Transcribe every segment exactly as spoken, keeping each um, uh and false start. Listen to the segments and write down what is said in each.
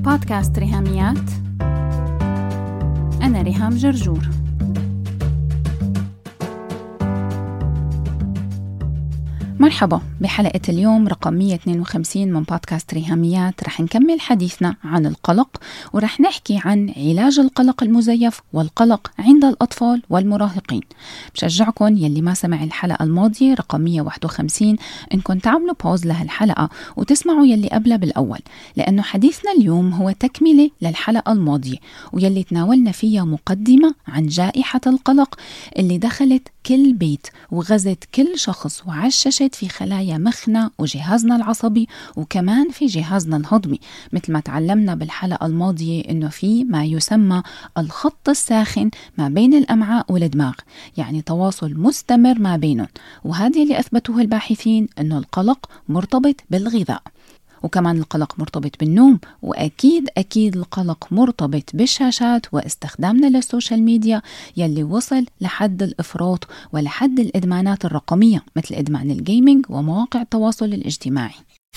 بودكاست ريهاميات. أنا ريهام جرجور. مرحبا بحلقة اليوم رقم مية واثنين وخمسين من بودكاست ريهاميات. رح نكمل حديثنا عن القلق، ورح نحكي عن علاج القلق المزيف والقلق عند الأطفال والمراهقين. بشجعكم يلي ما سمع الحلقة الماضية رقم مية وواحد وخمسين إنكم تعملوا باوز لهالحلقة وتسمعوا يلي قبلها بالأول، لأنه حديثنا اليوم هو تكملة للحلقة الماضية ويلي تناولنا فيها مقدمة عن جائحة القلق اللي دخلت كل بيت وغزت كل شخص وعششت في خلايا مخنا وجهازنا العصبي وكمان في جهازنا الهضمي، مثل ما تعلمنا بالحلقة الماضية إنه في ما يسمى الخط الساخن ما بين الأمعاء والدماغ، يعني تواصل مستمر ما بينهم، وهذا اللي أثبته الباحثين إنه القلق مرتبط بالغذاء، وكمان القلق مرتبط بالنوم، وأكيد أكيد القلق مرتبط بالشاشات واستخدامنا للسوشيال ميديا يلي وصل لحد الإفراط ولحد الإدمانات الرقمية مثل إدمان الجيمينج ومواقع التواصل الاجتماعي.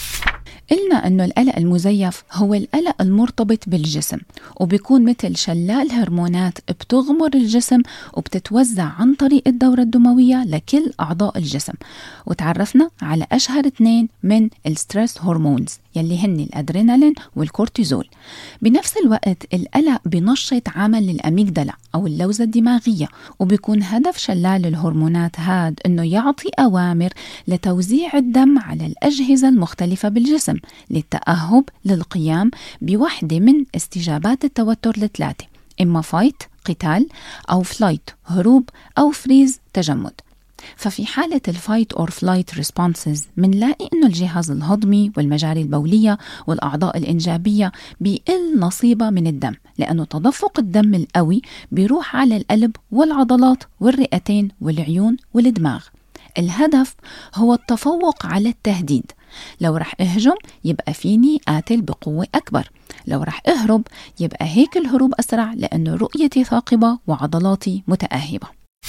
قلنا أنه القلق المزيف هو القلق المرتبط بالجسم، وبيكون مثل شلال هرمونات بتغمر الجسم وبتتوزع عن طريق الدورة الدموية لكل أعضاء الجسم. وتعرفنا على أشهر اثنين من الستريس هرمونز يلي هن الأدرينالين والكورتيزول. بنفس الوقت القلق بنشط عمل الأميجدلا أو اللوزة الدماغية، وبيكون هدف شلال الهرمونات هاد أنه يعطي أوامر لتوزيع الدم على الأجهزة المختلفة بالجسم للتأهب للقيام بوحدة من استجابات التوتر الثلاثة، إما فايت قتال، أو فلايت هروب، أو فريز تجمد. ففي حالة الفايت أور فلايت ريسبونسز منلاقي إنه الجهاز الهضمي والمجاري البولية والأعضاء الإنجابية بيقل نصيبها من الدم، لأنه تدفق الدم القوي بيروح على القلب والعضلات والرئتين والعيون والدماغ. الهدف هو التفوق على التهديد. لو رح اهجم يبقى فيني قاتل بقوة أكبر، لو رح اهرب يبقى هيك الهروب أسرع لأنه رؤيتي ثاقبة وعضلاتي متأهبة.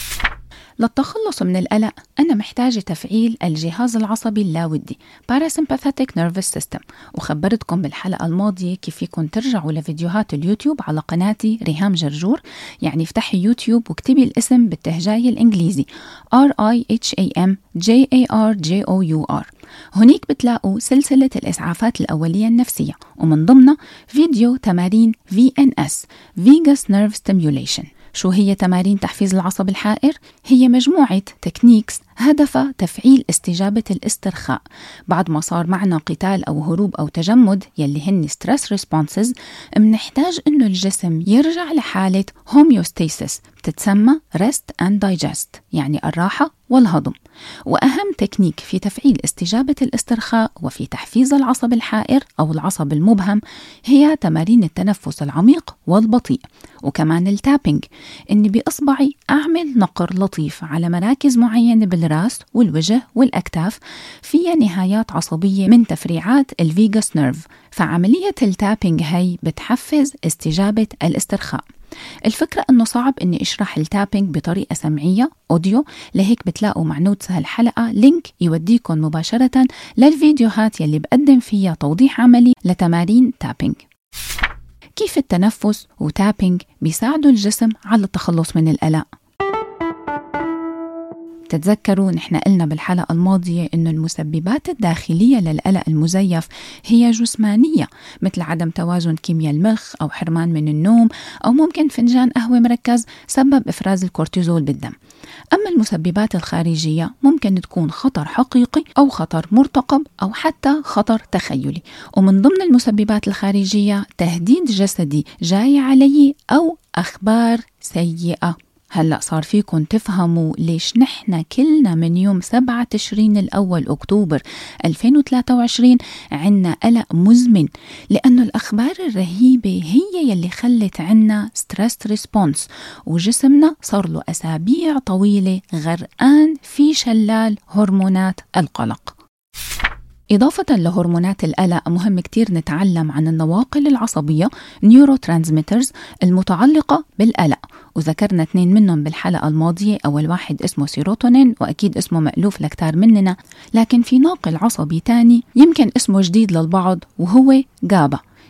للتخلص من القلق أنا محتاجة تفعيل الجهاز العصبي اللاودي Parasympathetic Nervous System، وخبرتكم بالحلقة الماضية كيف فيكم ترجعوا لفيديوهات اليوتيوب على قناتي ريهام جرجور، يعني افتحي يوتيوب واكتبي الاسم بالتهجاي الإنجليزي R I H A M J A R J O U R. هناك بتلاقوا سلسلة الإسعافات الأولية النفسية، ومن ضمنها فيديو تمارين في إن إس Vagus Nerve Stimulation. شو هي تمارين تحفيز العصب الحائر؟ هي مجموعة تكنيكس هدفها تفعيل استجابة الاسترخاء بعد ما صار معنا قتال أو هروب أو تجمد يلي هن ستريس ريسبونسز. منحتاج إنه الجسم يرجع لحالة هوميوستاسيس بتتسمى rest and digest، يعني الراحة والهضم. وأهم تكنيك في تفعيل استجابة الاسترخاء وفي تحفيز العصب الحائر أو العصب المبهم هي تمارين التنفس العميق والبطيء، وكمان التابينج، إني بإصبعي أعمل نقر لطيف على مراكز معينة بالراس والوجه والأكتاف فيها نهايات عصبية من تفريعات الفيغاس نيرف. فعملية التابينج هي بتحفز استجابة الاسترخاء. الفكرة أنه صعب أني أشرح التابينج بطريقة سمعية أوديو، لهيك بتلاقوا مع نوتس هالحلقة لينك يوديكم مباشرة للفيديوهات يلي بقدم فيها توضيح عملي لتمارين تابينج. كيف التنفس وتابينج بيساعدوا الجسم على التخلص من القلق؟ تتذكروا نحن قلنا بالحلقة الماضية إنه المسببات الداخلية للقلق المزيف هي جسمانية، مثل عدم توازن كيمياء المخ أو حرمان من النوم، أو ممكن فنجان قهوة مركز سبب إفراز الكورتيزول بالدم. أما المسببات الخارجية ممكن تكون خطر حقيقي أو خطر مرتقب أو حتى خطر تخيلي. ومن ضمن المسببات الخارجية تهديد جسدي جاي علي أو أخبار سيئة. هلأ صار فيكم تفهموا ليش نحن كلنا من يوم سبعة تشرين الأول أكتوبر ألفين وثلاثة وعشرين عنا قلق مزمن، لأنه الأخبار الرهيبة هي يلي خلت عنا ستريس ريسبونس، وجسمنا صار له أسابيع طويلة غرقان في شلال هرمونات القلق. إضافة لهرمونات القلق مهم كتير نتعلم عن النواقل العصبية نيورو ترانسميترز المتعلقة بالقلق، وذكرنا اثنين منهم بالحلقة الماضية. أول واحد اسمه سيروتونين، وأكيد اسمه مألوف لكتار مننا، لكن في ناقل عصبي تاني يمكن اسمه جديد للبعض وهو جابا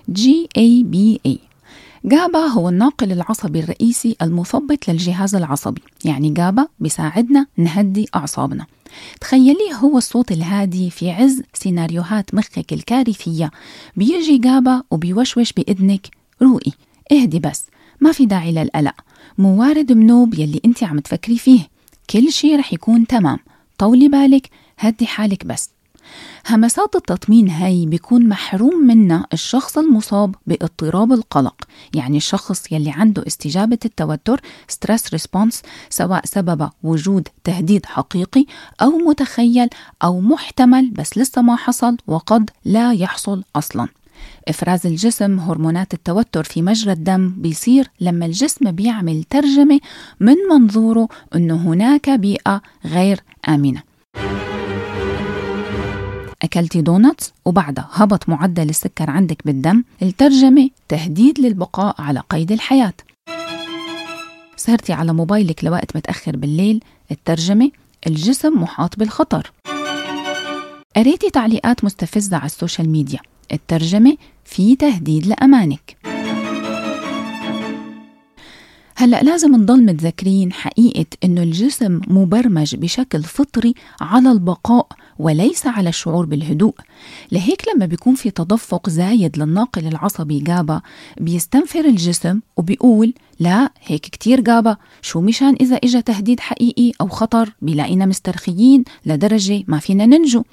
جي إيه بي إيه. جابا هو الناقل العصبي الرئيسي المثبط للجهاز العصبي، يعني جابا بيساعدنا نهدي أعصابنا. تخيليه هو الصوت الهادي في عز سيناريوهات مخك الكارثية، بيجي جابا وبيوشوش بإذنك روقي اهدي بس، ما في داعي للقلق، مو وارد منوب يلي انت عم تفكري فيه، كل شي رح يكون تمام، طولي بالك، هدي حالك بس. همسات التطمين هاي بيكون محروم منها الشخص المصاب باضطراب القلق، يعني الشخص يلي عنده استجابة التوتر stress response، سواء سبب وجود تهديد حقيقي أو متخيل أو محتمل بس لسه ما حصل وقد لا يحصل أصلاً. إفراز الجسم هرمونات التوتر في مجرى الدم بيصير لما الجسم بيعمل ترجمة من منظوره أنه هناك بيئة غير آمنة. أكلتي دونتس وبعدها هبط معدل السكر عندك بالدم، الترجمة تهديد للبقاء على قيد الحياة. سهرتي على موبايلك لوقت متأخر بالليل، الترجمة الجسم محاط بالخطر. قريتي تعليقات مستفزة على السوشيال ميديا، الترجمة في تهديد لأمانك. هلأ لازم نضل متذكرين حقيقة إنه الجسم مبرمج بشكل فطري على البقاء وليس على الشعور بالهدوء. لهيك لما بيكون في تدفق زايد للناقل العصبي جابا، بيستنفر الجسم وبيقول لا هيك كتير جابا، شو مشان إذا إجا تهديد حقيقي أو خطر بيلاقينا مسترخيين لدرجة ما فينا ننجو.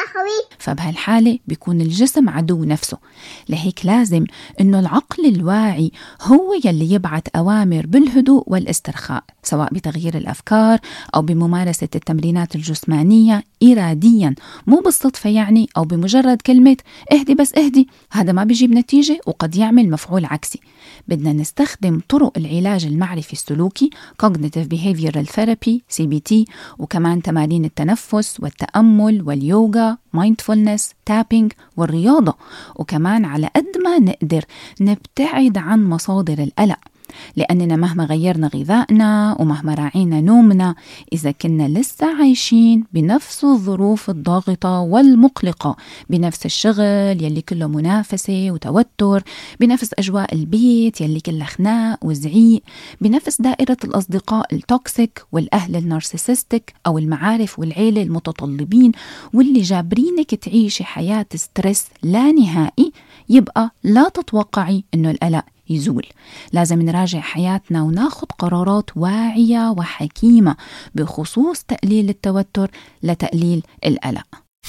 فبهالحالة بيكون الجسم عدو نفسه. لهيك لازم إنه العقل الواعي هو يلي يبعث أوامر بالهدوء والاسترخاء، سواء بتغيير الأفكار أو بممارسة التمرينات الجسمانية إراديا، مو بالصدفة يعني، أو بمجرد كلمة اهدي بس اهدي، هذا ما بيجيب نتيجة وقد يعمل مفعول عكسي. بدنا نستخدم طرق العلاج المعرفي السلوكي Cognitive Behavioral Therapy سي بي تي، وكمان تمارين التنفس والتأمل واليوغا mindfulness tapping والرياضة، وكمان على قد ما نقدر نبتعد عن مصادر القلق، لأننا مهما غيرنا غذائنا ومهما راعينا نومنا، إذا كنا لسه عايشين بنفس الظروف الضاغطة والمقلقة، بنفس الشغل يلي كله منافسة وتوتر، بنفس أجواء البيت يلي كله خناق وزعيق، بنفس دائرة الأصدقاء التوكسيك والأهل النارسيسستيك أو المعارف والعيلة المتطلبين واللي جابرينك تعيشي حياة ستريس لا نهائي، يبقى لا تتوقعي إنه القلق يزول. لازم نراجع حياتنا وناخد قرارات واعية وحكيمة بخصوص تقليل التوتر لتقليل القلق.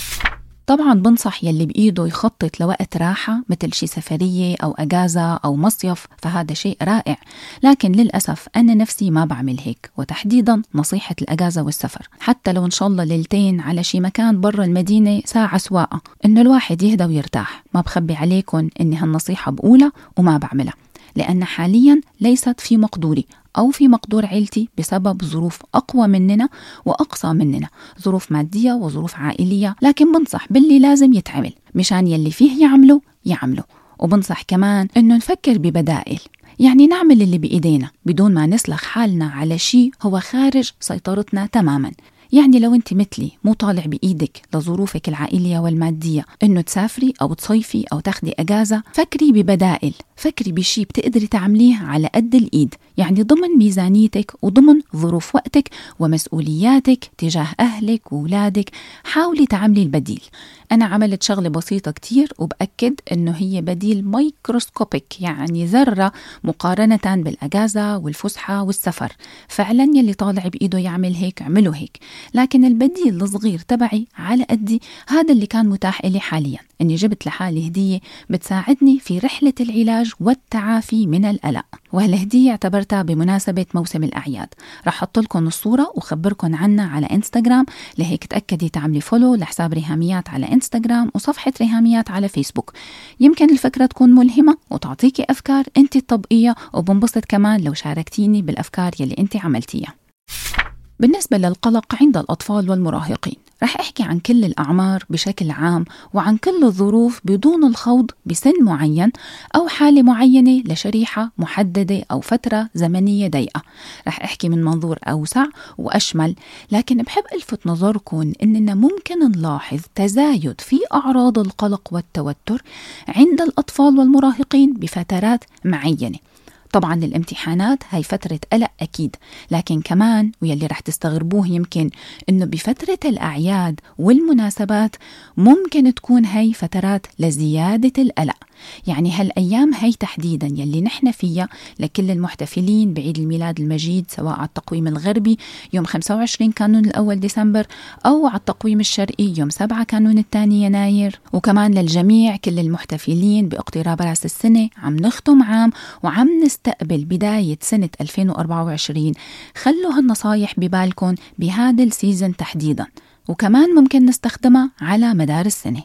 طبعا بنصح يلي بإيده يخطط لوقت راحة مثل شي سفرية أو أجازة أو مصيف، فهذا شيء رائع، لكن للأسف أنا نفسي ما بعمل هيك، وتحديدا نصيحة الأجازة والسفر، حتى لو إن شاء الله ليلتين على شي مكان برا المدينة ساعة سواقة، إنه الواحد يهدى ويرتاح. ما بخبي عليكم إني هالنصيحة بقولها وما بعملها، لأن حاليا ليست في مقدوري أو في مقدور عيلتي بسبب ظروف أقوى مننا وأقصى مننا، ظروف مادية وظروف عائلية، لكن بنصح باللي لازم يتعمل مشان يلي فيه يعمله يعمله. وبنصح كمان إنه نفكر ببدائل، يعني نعمل اللي بإيدينا بدون ما نسلخ حالنا على شيء هو خارج سيطرتنا تماما. يعني لو انت مثلي مو طالع بإيدك لظروفك العائلية والمادية انه تسافري او تصيفي او تاخدي اجازة، فكري ببدائل، فكري بشي بتقدري تعمليه على قد الإيد، يعني ضمن ميزانيتك وضمن ظروف وقتك ومسؤولياتك تجاه أهلك وولادك. حاولي تعملي البديل. أنا عملت شغلة بسيطة كتير وبأكد أنه هي بديل مايكروسكوبيك، يعني ذرة مقارنة بالأجازة والفسحة والسفر. فعلا يلي طالع بإيده يعمل هيك عمله هيك، لكن البديل الصغير تبعي على قدي هذا اللي كان متاح إلي حاليا، أني جبت لحالي هدية بتساعدني في رحلة العلاج والتعافي من القلق، وهالهدية اعتبرتها بمناسبة موسم الأعياد. رح أحط لكم الصورة وخبركم عنها على إنستغرام، لهيك تأكدي تعملي فولو لحساب ريهاميات على إنستغرام وصفحة ريهاميات على فيسبوك. يمكن الفكرة تكون ملهمة وتعطيكي أفكار أنت الطبقية، وبنبسط كمان لو شاركتيني بالأفكار يلي أنت عملتيها. بالنسبة للقلق عند الأطفال والمراهقين، رح أحكي عن كل الأعمار بشكل عام وعن كل الظروف بدون الخوض بسن معين أو حالة معينة لشريحة محددة أو فترة زمنية ضيقة. رح أحكي من منظور أوسع وأشمل، لكن بحب ألفت نظركم إننا ممكن نلاحظ تزايد في أعراض القلق والتوتر عند الأطفال والمراهقين بفترات معينة. طبعا الامتحانات هاي فترة قلق أكيد، لكن كمان ويلي رح تستغربوه يمكن إنه بفترة الأعياد والمناسبات ممكن تكون هاي فترات لزيادة القلق. يعني هالأيام هاي تحديدا يلي نحن فيها لكل المحتفلين بعيد الميلاد المجيد، سواء على التقويم الغربي يوم خمسة وعشرين كانون الأول ديسمبر أو على التقويم الشرقي يوم سبعة كانون الثاني يناير. وكمان للجميع كل المحتفلين باقتراب رأس السنة، عم نختم عام وعم نستقبل بداية سنة ألفين وأربعة وعشرين. خلوا هالنصايح ببالكم بهذا السيزن تحديدا، وكمان ممكن نستخدمها على مدار السنة.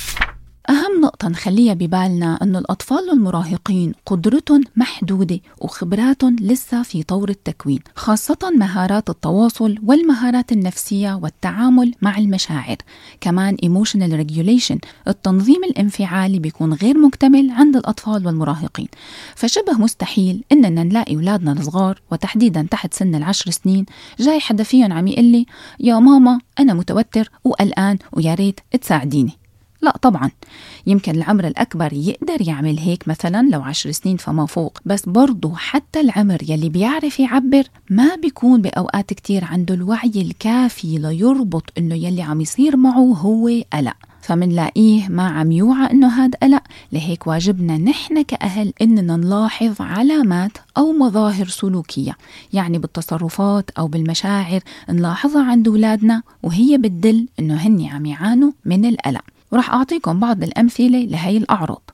أهم نقطة نخليها ببالنا أنه الأطفال والمراهقين قدرتهم محدودة وخبراتهم لسه في طور التكوين، خاصة مهارات التواصل والمهارات النفسية والتعامل مع المشاعر. كمان emotional regulation، التنظيم الانفعالي بيكون غير مكتمل عند الأطفال والمراهقين. فشبه مستحيل إننا نلاقي أولادنا الصغار وتحديدا تحت سن العشر سنين جاي حدا فيهم عم يقول لي يا ماما أنا متوتر وقلقان ويا ريت تساعديني. لا طبعا، يمكن العمر الأكبر يقدر يعمل هيك مثلا لو عشر سنين فما فوق، بس برضو حتى العمر يلي بيعرف يعبر ما بيكون بأوقات كتير عنده الوعي الكافي ليربط إنه يلي عم يصير معه هو قلق، فمنلاقيه ما عم يوعى إنه هاد قلق. لهيك واجبنا نحن كأهل إننا نلاحظ علامات أو مظاهر سلوكية، يعني بالتصرفات أو بالمشاعر نلاحظها عند أولادنا وهي بتدل إنه هني عم يعانوا من القلق. ورح أعطيكم بعض الأمثلة لهي الأعراض.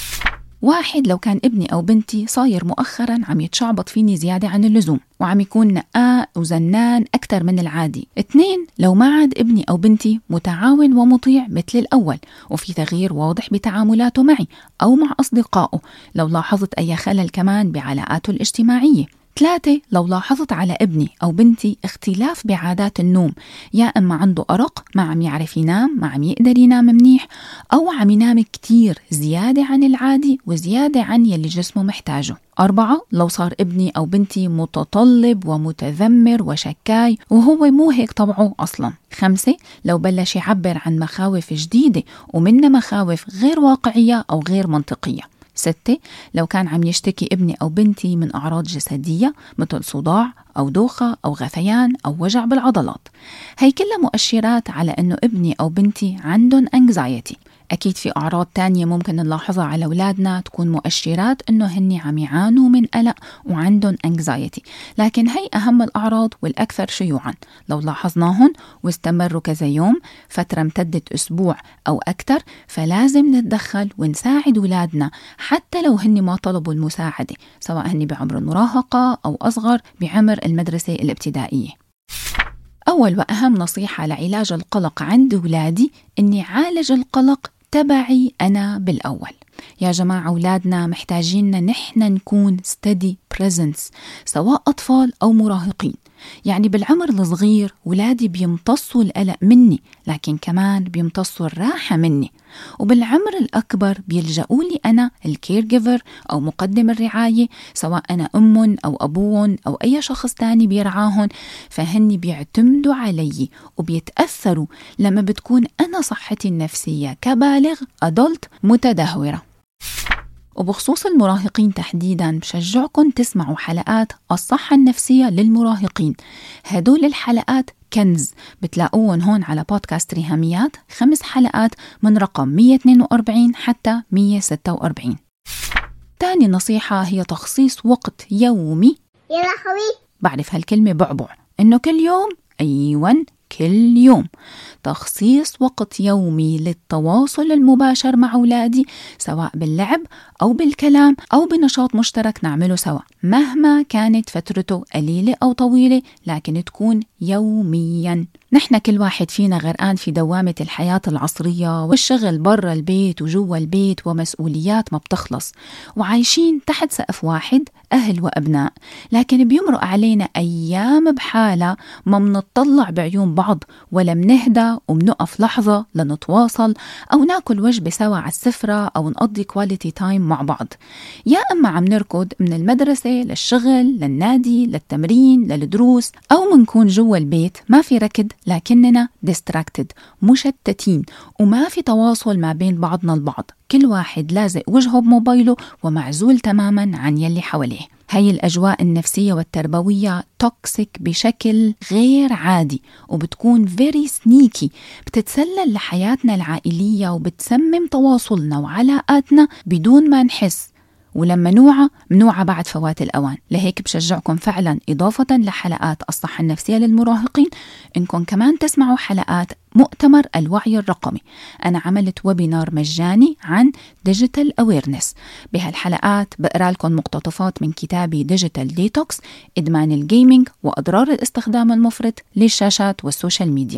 واحد، لو كان ابني أو بنتي صاير مؤخرا عم يتشعبط فيني زيادة عن اللزوم وعم يكون نقاء وزنان أكتر من العادي. اثنين، لو ما عاد ابني أو بنتي متعاون ومطيع مثل الأول وفي تغيير واضح بتعاملاته معي أو مع أصدقائه، لو لاحظت أي خلل كمان بعلاقاته الاجتماعية. ثلاثة، لو لاحظت على ابني أو بنتي اختلاف بعادات النوم، يا أما عنده أرق، ما عم يعرف ينام، ما عم يقدر ينام منيح، أو عم ينام كتير زيادة عن العادي وزيادة عن يلي جسمه محتاجه. أربعة، لو صار ابني أو بنتي متطلب ومتذمر وشكاي وهو مو هيك طبعه أصلا. خمسة، لو بلش يعبر عن مخاوف جديدة ومنها مخاوف غير واقعية أو غير منطقية. ستة، لو كان عم يشتكي ابني أو بنتي من أعراض جسدية مثل صداع أو دوخة أو غثيان أو وجع بالعضلات. هي كلها مؤشرات على أنه ابني أو بنتي عندهم anxiety. أكيد في أعراض تانية ممكن نلاحظها على أولادنا تكون مؤشرات أنه هني عم يعانوا من قلق وعندهم anxiety، لكن هي أهم الأعراض والأكثر شيوعا. لو لاحظناهن واستمروا كذا يوم فترة امتدت أسبوع أو أكثر، فلازم نتدخل ونساعد أولادنا حتى لو هني ما طلبوا المساعدة، سواء هني بعمر المراهقة أو أصغر بعمر المدرسة الابتدائية. أول وأهم نصيحة لعلاج القلق عند أولادي إني عالج القلق تبعي أنا بالأول. يا جماعة أولادنا محتاجيننا نحن نكون steady presence، سواء أطفال أو مراهقين. يعني بالعمر الصغير ولادي بيمتصوا القلق مني، لكن كمان بيمتصوا الراحة مني. وبالعمر الأكبر بيلجأوا لي أنا الكير جيفر أو مقدم الرعاية، سواء أنا أمهم أو أبوهم أو أي شخص تاني بيرعاهم، فهني بيعتمدوا علي وبيتأثروا لما بتكون أنا صحتي النفسية كبالغ أدلت متدهورة. وبخصوص المراهقين تحديدا بشجعكم تسمعوا حلقات الصحة النفسية للمراهقين. هدول الحلقات كنز، بتلاقوهم هون على بودكاست ريهاميات، خمس حلقات من رقم مية واثنين وأربعين حتى مية وستة وأربعين. تاني نصيحة هي تخصيص وقت يومي، يا لهوي بعرف هالكلمة بعبع، إنه كل يوم، أيوان كل يوم، تخصيص وقت يومي للتواصل المباشر مع أولادي، سواء باللعب أو بالكلام أو بنشاط مشترك نعمله سوا، مهما كانت فترته قليلة أو طويلة، لكن تكون يوميا. نحن كل واحد فينا غرقان في دوامة الحياة العصرية والشغل برا البيت وجوا البيت ومسؤوليات ما بتخلص، وعايشين تحت سقف واحد أهل وأبناء، لكن بيمرق علينا أيام بحالة ما منطلع بعيون بعض بعض، ولا منهدى ومنقف لحظة لنتواصل أو ناكل وجبة سوا على السفرة أو نقضي كواليتي تايم مع بعض. يا أما عم نركض من المدرسة للشغل للنادي للتمرين للدروس، أو منكون جوا البيت ما في ركض لكننا distracted مشتتين وما في تواصل ما بين بعضنا البعض، كل واحد لازق وجهه بموبايله ومعزول تماما عن يلي حواليه. هاي الأجواء النفسية والتربوية توكسيك بشكل غير عادي، وبتكون very sneaky، بتتسلل لحياتنا العائلية وبتسمم تواصلنا وعلاقاتنا بدون ما نحس، ولما نوعى منوعى بعد فوات الأوان. لهيك بشجعكم فعلا إضافة لحلقات الصحة النفسية للمراهقين إنكم كمان تسمعوا حلقات مؤتمر الوعي الرقمي. أنا عملت ويبينار مجاني عن Digital Awareness. بهالحلقات بقرأ لكم مقتطفات من كتابي Digital Detox، إدمان الجيمينج وأضرار الاستخدام المفرط للشاشات والسوشيال ميديا.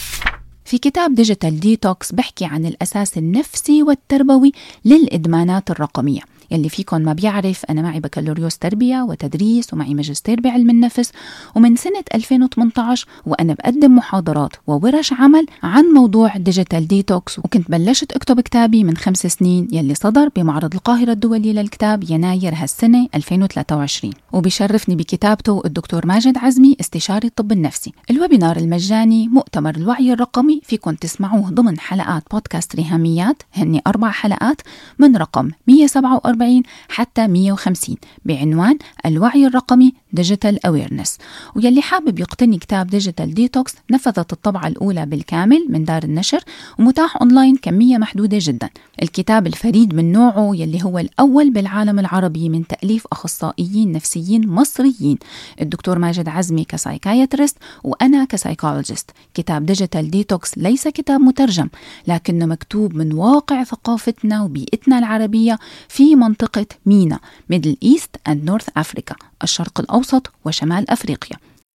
في كتاب ديجيتال ديتوكس بحكي عن الأساس النفسي والتربوي للإدمانات الرقمية. يلي فيكم ما بيعرف، أنا معي بكالوريوس تربية وتدريس ومعي ماجستير بعلم النفس، ومن سنة ألفين وثمانية عشر وأنا بقدم محاضرات وورش عمل عن موضوع ديجيتال ديتوكس، وكنت بلشت أكتب كتابي من خمس سنين يلي صدر بمعرض القاهرة الدولي للكتاب يناير هالسنة ألفين وثلاثة وعشرين. وبيشرفني بكتابته الدكتور ماجد عزمي استشاري الطب النفسي. الويبينار المجاني مؤتمر الوعي الرقمي فيكم تسمعوه ضمن حلقات بودكاست ريهاميات، هني أربع حلقات من رقم مية وسبعة وأربعين حتى مية وخمسين بعنوان الوعي الرقمي ديجيتال أويرنس. ويلي حابب يقتني كتاب ديجيتال ديتوكس، نفذت الطبعة الأولى بالكامل من دار النشر ومتاح أونلاين كمية محدودة جدا. الكتاب الفريد من نوعه يلي هو الأول بالعالم العربي من تأليف أخصائيين نفسيين مصريين، الدكتور ماجد عزمي كسايكايترست وأنا كسايكولوجيست. كتاب ديجيتال ديتوكس ليس كتاب مترجم، لكنه مكتوب من واقع ثقافتنا وبيئتنا العربية في منطقة مينا، ميدل إيست أند نورث أفريكا، الشرق الأوسط وشمال أفريقيا.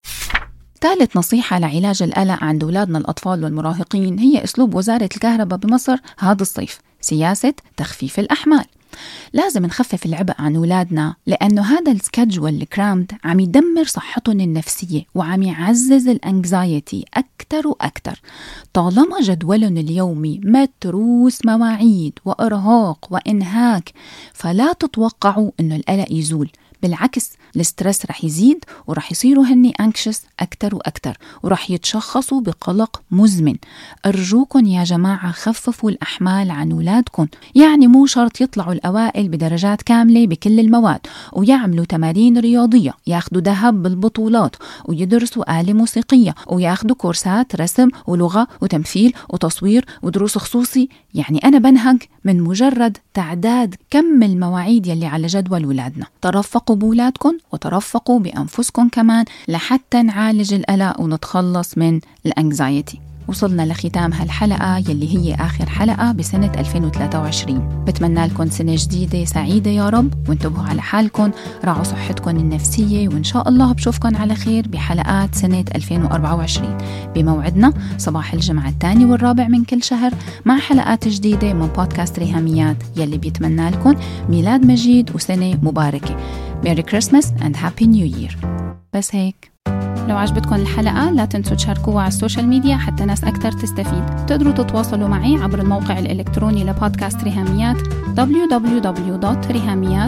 ثالث نصيحة لعلاج القلق عند أولادنا الأطفال والمراهقين هي أسلوب وزارة الكهرباء بمصر هذا الصيف، سياسة تخفيف الأحمال. لازم نخفف العبء عن أولادنا، لأنه هذا السكادجول الكرامد عم يدمر صحتهم النفسية وعم يعزز الانكزايتي أكتر وأكتر. طالما جدولهم اليومي متروس مواعيد وإرهاق وإنهاك، فلا تتوقعوا أنه القلق يزول، بالعكس السترس رح يزيد ورح يصيروا هني anxious أكتر وأكتر ورح يتشخصوا بقلق مزمن. أرجوكم يا جماعة خففوا الأحمال عن أولادكم، يعني مو شرط يطلعوا الأوائل بدرجات كاملة بكل المواد ويعملوا تمارين رياضية، ياخدوا ذهب بالبطولات ويدرسوا آلة موسيقية وياخدوا كورسات رسم ولغة وتمثيل وتصوير ودروس خصوصي. يعني أنا بنهج من مجرد تعداد كم المواعيد يلي على جدول ولادنا. ترفقوا بولادكم وترفقوا بأنفسكم كمان لحتى نعالج القلق ونتخلص من الانكزايتي. وصلنا لختام هالحلقة يلي هي آخر حلقة بسنة ألفين وثلاثة وعشرين. بتمنى لكم سنة جديدة سعيدة يا رب، وانتبهوا على حالكم، راعوا صحتكم النفسية، وإن شاء الله بشوفكم على خير بحلقات سنة ألفين وأربعة وعشرين بموعدنا صباح الجمعة الثاني والرابع من كل شهر مع حلقات جديدة من بودكاست ريهاميات يلي بيتمنى لكم ميلاد مجيد وسنة مباركة. Merry Christmas and Happy New Year. بس هيك. لو عجبتكم الحلقة لا تنسوا تشاركوها على السوشيال ميديا حتى ناس أكتر تستفيد. تقدروا تتواصلوا معي عبر الموقع الإلكتروني لبودكاست ريهاميات دبليو دبليو دبليو دوت ريهاميات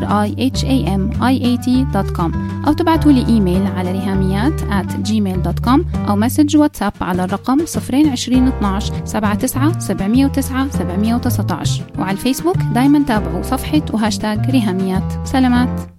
دوت كوم أو تبعتوا لي إيميل على ريهاميات آت جيميل دوت كوم أو مسج واتساب على الرقم صفر عشرين اثناش سبعة تسعة سبعمية وتسعة سبعمية وتسعة عشر. وعلى الفيسبوك دايما تابعوا صفحة وهاشتاج ريهاميات. سلامات.